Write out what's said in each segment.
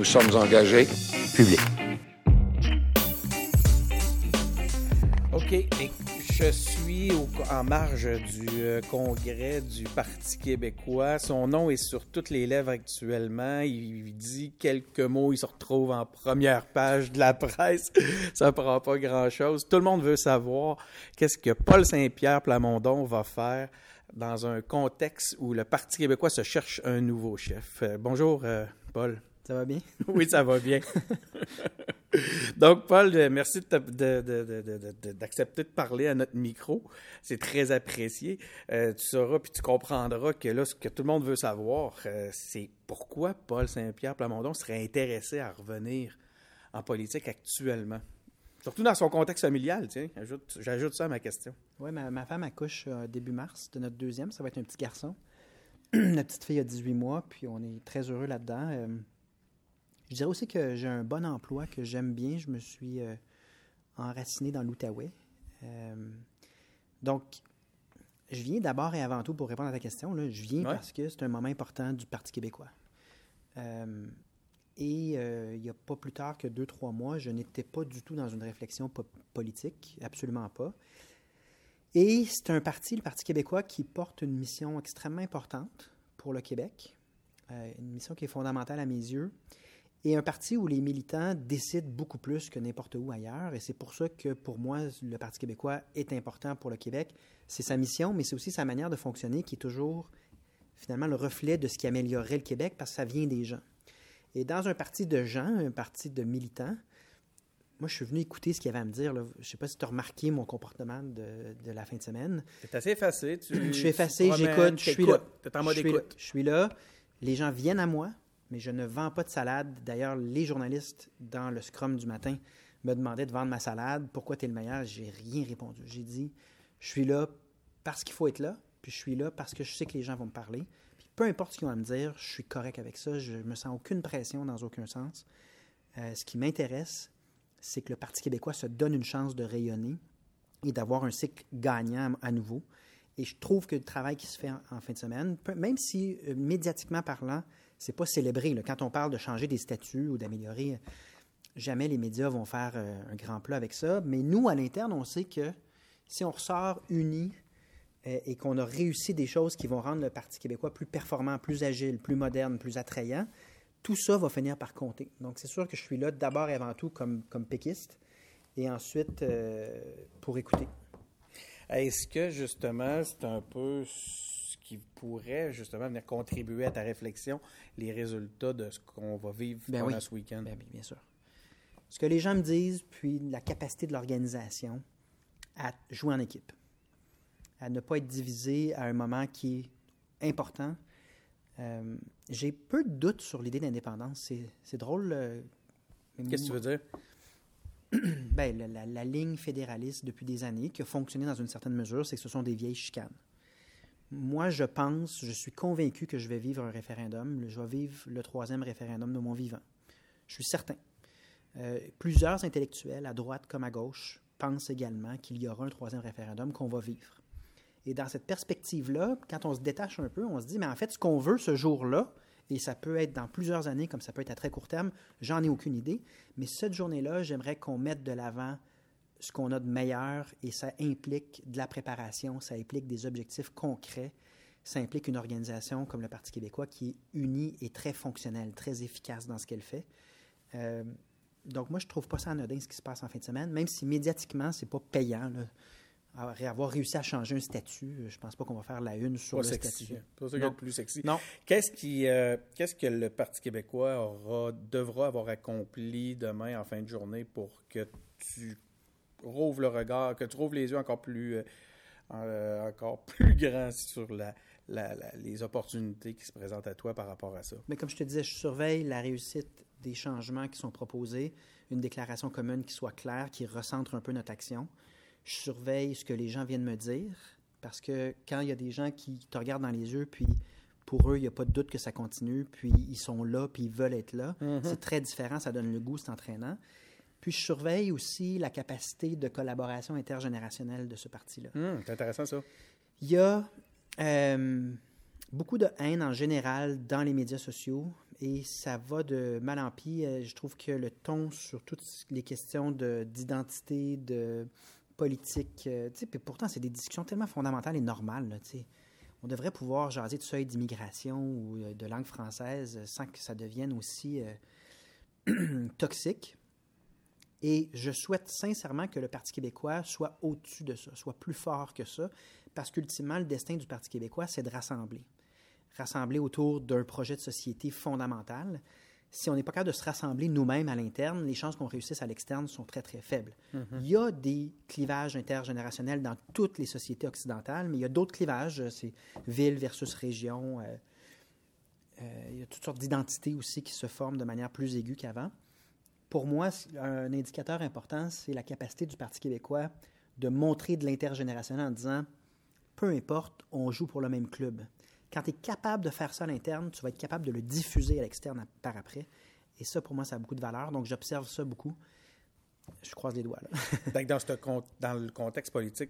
Nous sommes engagés. Public. OK. Et je suis en marge du congrès du Parti québécois. Son nom est sur toutes les lèvres actuellement. Il dit quelques mots. Il se retrouve en première page de la presse. Ça ne prend pas grand-chose. Tout le monde veut savoir qu'est-ce que Paul Saint-Pierre Plamondon va faire dans un contexte où le Parti québécois se cherche un nouveau chef. Bonjour, Paul. Ça va bien? Oui, ça va bien. Donc, Paul, merci d'accepter de parler à notre micro. C'est très apprécié. Tu sauras puis tu comprendras que là, ce que tout le monde veut savoir, c'est pourquoi Paul Saint-Pierre Plamondon serait intéressé à revenir en politique actuellement. Surtout dans son contexte familial, tiens. J'ajoute ça à ma question. Oui, ma femme accouche début mars de notre deuxième. Ça va être un petit garçon. Notre petite fille a 18 mois, puis on est très heureux là-dedans. Je dirais aussi que j'ai un bon emploi, que j'aime bien. Je me suis enraciné dans l'Outaouais. Donc, je viens d'abord et avant tout, pour répondre à ta question, là, je viens parce que c'est un moment important du Parti québécois. Il n'y a pas plus tard que 2-3 mois, je n'étais pas du tout dans une réflexion politique, absolument pas. Et c'est un parti, le Parti québécois, qui porte une mission extrêmement importante pour le Québec, une mission qui est fondamentale à mes yeux, et un parti où les militants décident beaucoup plus que n'importe où ailleurs. Et c'est pour ça que, pour moi, le Parti québécois est important pour le Québec. C'est sa mission, mais c'est aussi sa manière de fonctionner qui est toujours, finalement, le reflet de ce qui améliorerait le Québec parce que ça vient des gens. Et dans un parti de gens, un parti de militants, moi, je suis venu écouter ce qu'il y avait à me dire. Là. Je ne sais pas si tu as remarqué mon comportement de la fin de semaine. C'est assez effacé. Je suis effacé, j'écoute, je suis là. Tu es en mode écoute. Je suis là. Les gens viennent à moi, mais je ne vends pas de salade. D'ailleurs, les journalistes, dans le scrum du matin, me demandaient de vendre ma salade. Pourquoi tu es le meilleur? J'ai rien répondu. J'ai dit, je suis là parce qu'il faut être là, puis je suis là parce que je sais que les gens vont me parler. Puis peu importe ce qu'ils vont me dire, je suis correct avec ça. Je ne me sens aucune pression dans aucun sens. Ce qui m'intéresse, c'est que le Parti québécois se donne une chance de rayonner et d'avoir un cycle gagnant à nouveau. Et je trouve que le travail qui se fait en fin de semaine, même si médiatiquement parlant, c'est pas célébré. Là. Quand on parle de changer des statuts ou d'améliorer, jamais les médias vont faire un grand plat avec ça. Mais nous, à l'interne, on sait que si on ressort unis et qu'on a réussi des choses qui vont rendre le Parti québécois plus performant, plus agile, plus moderne, plus attrayant, tout ça va finir par compter. Donc, c'est sûr que je suis là d'abord et avant tout comme péquiste et ensuite pour écouter. Est-ce que, justement, c'est un peu ce qui pourrait, justement, venir contribuer à ta réflexion, les résultats de ce qu'on va vivre pendant ce week-end? Bien sûr. Ce que les gens me disent, puis la capacité de l'organisation à jouer en équipe, à ne pas être divisé à un moment qui est important. J'ai peu de doutes sur l'idée d'indépendance. C'est drôle. Qu'est-ce que tu veux dire? Ben, la ligne fédéraliste depuis des années, qui a fonctionné dans une certaine mesure, c'est que ce sont des vieilles chicanes. Moi, je suis convaincu que je vais vivre un référendum. Je vais vivre le 3e référendum de mon vivant. Je suis certain. Plusieurs intellectuels, à droite comme à gauche, pensent également qu'il y aura un 3e référendum qu'on va vivre. Et dans cette perspective-là, quand on se détache un peu, on se dit, mais en fait, ce qu'on veut ce jour-là, et ça peut être dans plusieurs années, comme ça peut être à très court terme, j'en ai aucune idée, mais cette journée-là, j'aimerais qu'on mette de l'avant ce qu'on a de meilleur, et ça implique de la préparation, ça implique des objectifs concrets, ça implique une organisation comme le Parti québécois qui est unie et très fonctionnelle, très efficace dans ce qu'elle fait. Donc moi, je ne trouve pas ça anodin ce qui se passe en fin de semaine, même si médiatiquement, ce n'est pas payant, là. Avoir réussi à changer un statut, je ne pense pas qu'on va faire la une sur le statut. C'est pas ça qui est le plus sexy. Non. Qu'est-ce que le Parti québécois devra avoir accompli demain en fin de journée pour que tu rouvres le regard, que tu rouvres les yeux encore plus grands sur les opportunités qui se présentent à toi par rapport à ça? Mais comme je te disais, je surveille la réussite des changements qui sont proposés, une déclaration commune qui soit claire, qui recentre un peu notre action. Je surveille ce que les gens viennent me dire, parce que quand il y a des gens qui te regardent dans les yeux, puis pour eux, il n'y a pas de doute que ça continue, puis ils sont là, puis ils veulent être là, c'est très différent, ça donne le goût, c'est entraînant. Puis je surveille aussi la capacité de collaboration intergénérationnelle de ce parti-là. C'est intéressant, ça. Il y a beaucoup de haine en général dans les médias sociaux et ça va de mal en pis. Je trouve que le ton sur toutes les questions d'identité, de politique, puis pourtant, c'est des discussions tellement fondamentales et normales. Là, on devrait pouvoir jaser de seuil d'immigration ou de langue française sans que ça devienne aussi toxique. Et je souhaite sincèrement que le Parti québécois soit au-dessus de ça, soit plus fort que ça, parce qu'ultimement, le destin du Parti québécois, c'est de rassembler. Rassembler autour d'un projet de société fondamental. Si on n'est pas capable de se rassembler nous-mêmes à l'interne, les chances qu'on réussisse à l'externe sont très, très faibles. Mm-hmm. Il y a des clivages intergénérationnels dans toutes les sociétés occidentales, mais il y a d'autres clivages, c'est ville versus région. Il y a toutes sortes d'identités aussi qui se forment de manière plus aiguë qu'avant. Pour moi, un indicateur important, c'est la capacité du Parti québécois de montrer de l'intergénérationnel en disant, peu importe, on joue pour le même club. Quand tu es capable de faire ça à l'interne, tu vas être capable de le diffuser à l'externe par après. Et ça, pour moi, ça a beaucoup de valeur. Donc, j'observe ça beaucoup. Je croise les doigts, là. Donc, dans le contexte politique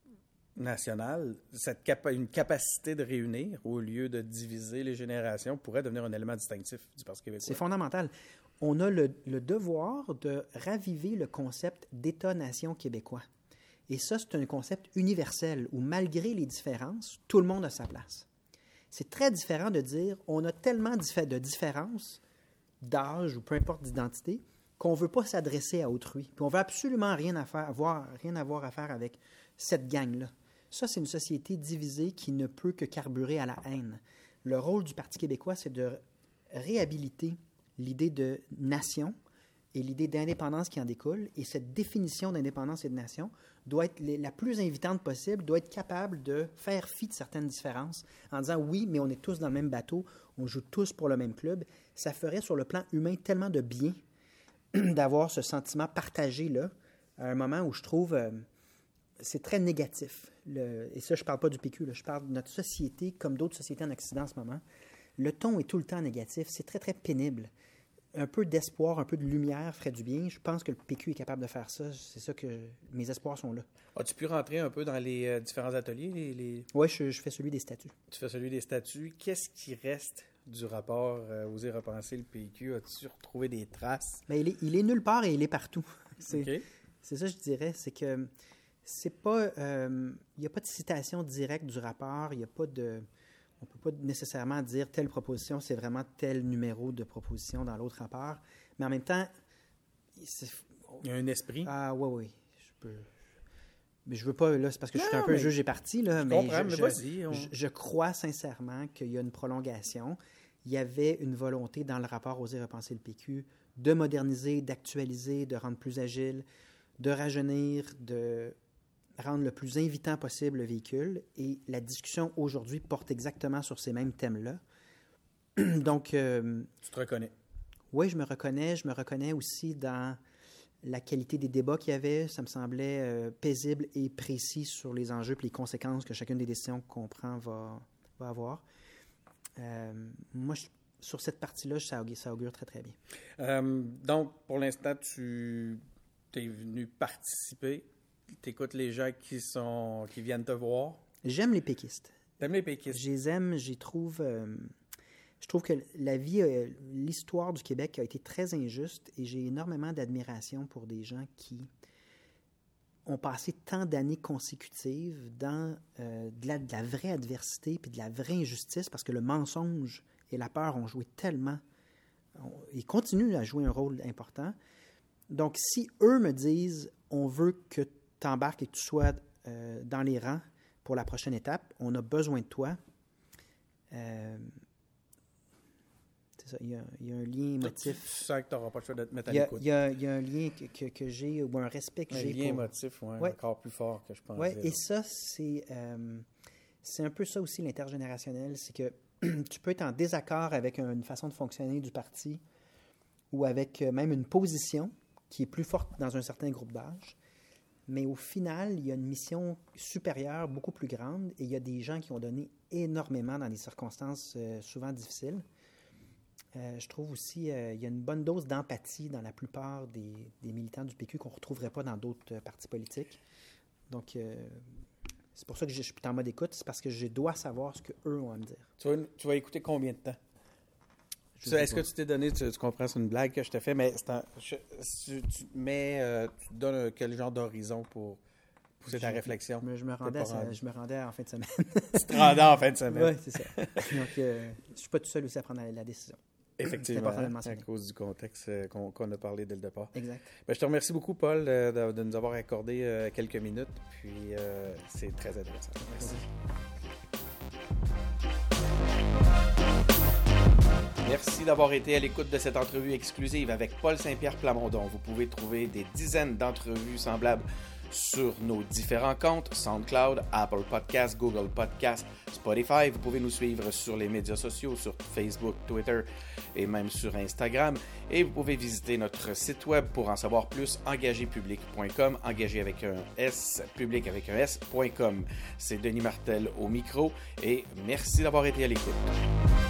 national, une capacité de réunir au lieu de diviser les générations pourrait devenir un élément distinctif du Parti québécois. C'est fondamental. On a le devoir de raviver le concept d'État-nation québécois. Et ça, c'est un concept universel où, malgré les différences, tout le monde a sa place. C'est très différent de dire on a tellement de différences d'âge ou peu importe d'identité qu'on ne veut pas s'adresser à autrui. Puis on ne veut absolument rien avoir à faire avec cette gang-là. Ça, c'est une société divisée qui ne peut que carburer à la haine. Le rôle du Parti québécois, c'est de réhabiliter l'idée de nation et l'idée d'indépendance qui en découle. Et cette définition d'indépendance et de nation doit être la plus invitante possible, doit être capable de faire fi de certaines différences en disant oui, mais on est tous dans le même bateau, on joue tous pour le même club. Ça ferait sur le plan humain tellement de bien d'avoir ce sentiment partagé-là à un moment où je trouve c'est très négatif. Et ça, je ne parle pas du PQ, là, je parle de notre société comme d'autres sociétés en Occident en ce moment. Le ton est tout le temps négatif, c'est très, très pénible. Un peu d'espoir, un peu de lumière ferait du bien. Je pense que le PQ est capable de faire ça. C'est ça que mes espoirs sont là. As-tu pu rentrer un peu dans les différents ateliers? Oui, je fais celui des statuts. Tu fais celui des statuts. Qu'est-ce qui reste du rapport Oser repenser le PQ? As-tu retrouvé des traces? Bien, il est nulle part et il est partout. C'est ça, je dirais. C'est que c'est pas... il n'y a pas de citation directe du rapport. Il n'y a pas de... On ne peut pas nécessairement dire telle proposition, c'est vraiment tel numéro de proposition dans l'autre rapport. Mais en même temps... Il y a un esprit. Ah oui. Mais je veux pas, là, c'est parce que je suis un peu juge et parti, là. Mais vas-y. Je crois sincèrement qu'il y a une prolongation. Il y avait une volonté dans le rapport Oser repenser le PQ de moderniser, d'actualiser, de rendre plus agile, de rajeunir, de rendre le plus invitant possible le véhicule. Et la discussion aujourd'hui porte exactement sur ces mêmes thèmes-là. Donc... tu te reconnais? Oui, je me reconnais. Je me reconnais aussi dans la qualité des débats qu'il y avait. Ça me semblait paisible et précis sur les enjeux et les conséquences que chacune des décisions qu'on prend va avoir. Moi, sur cette partie-là, ça augure très, très bien. Donc, pour l'instant, tu es venu participer. Tu écoutes les gens qui viennent te voir. J'aime les péquistes. T'aimes les péquistes? Je les aime, je trouve que l'histoire du Québec a été très injuste et j'ai énormément d'admiration pour des gens qui ont passé tant d'années consécutives dans de la vraie adversité puis de la vraie injustice parce que le mensonge et la peur ont joué tellement... Ils continuent à jouer un rôle important. Donc, si eux me disent « on veut que tu embarques et que tu sois dans les rangs pour la prochaine étape, on a besoin de toi », c'est ça, il y a un lien émotif. Tu sens que tu n'auras pas le choix de te mettre à l'écoute. Il y a un lien que j'ai, ou un respect que j'ai. Un lien émotif, ouais. Encore plus fort que je pensais. Oui, et ça, c'est un peu ça aussi l'intergénérationnel, c'est que tu peux être en désaccord avec une façon de fonctionner du parti ou avec même une position qui est plus forte dans un certain groupe d'âge, mais au final, il y a une mission supérieure, beaucoup plus grande, et il y a des gens qui ont donné énormément dans des circonstances souvent difficiles. Je trouve aussi il y a une bonne dose d'empathie dans la plupart des militants du PQ qu'on ne retrouverait pas dans d'autres partis politiques. Donc, C'est pour ça que je suis en mode écoute, c'est parce que je dois savoir ce qu'eux ont à me dire. Tu vas écouter combien de temps? Est-ce que tu t'es donné, tu comprends, c'est une blague que je te fais, mais tu te donnes quel genre d'horizon pour pousser ta réflexion? Je me rendais en fin de semaine. Tu te rendais en fin de semaine? Oui, c'est ça. Donc, je ne suis pas tout seul aussi à prendre la décision. Effectivement, à cause du contexte qu'on a parlé dès le départ. Exact. Je te remercie beaucoup, Paul, de nous avoir accordé quelques minutes, puis c'est très intéressant. Merci. Merci d'avoir été à l'écoute de cette entrevue exclusive avec Paul Saint-Pierre Plamondon. Vous pouvez trouver des dizaines d'entrevues semblables sur nos différents comptes, SoundCloud, Apple Podcasts, Google Podcasts, Spotify. Vous pouvez nous suivre sur les médias sociaux, sur Facebook, Twitter et même sur Instagram. Et vous pouvez visiter notre site web pour en savoir plus, engagépublic.com, engagé avec un S, public avec un S.com. C'est Denis Martel au micro et merci d'avoir été à l'écoute.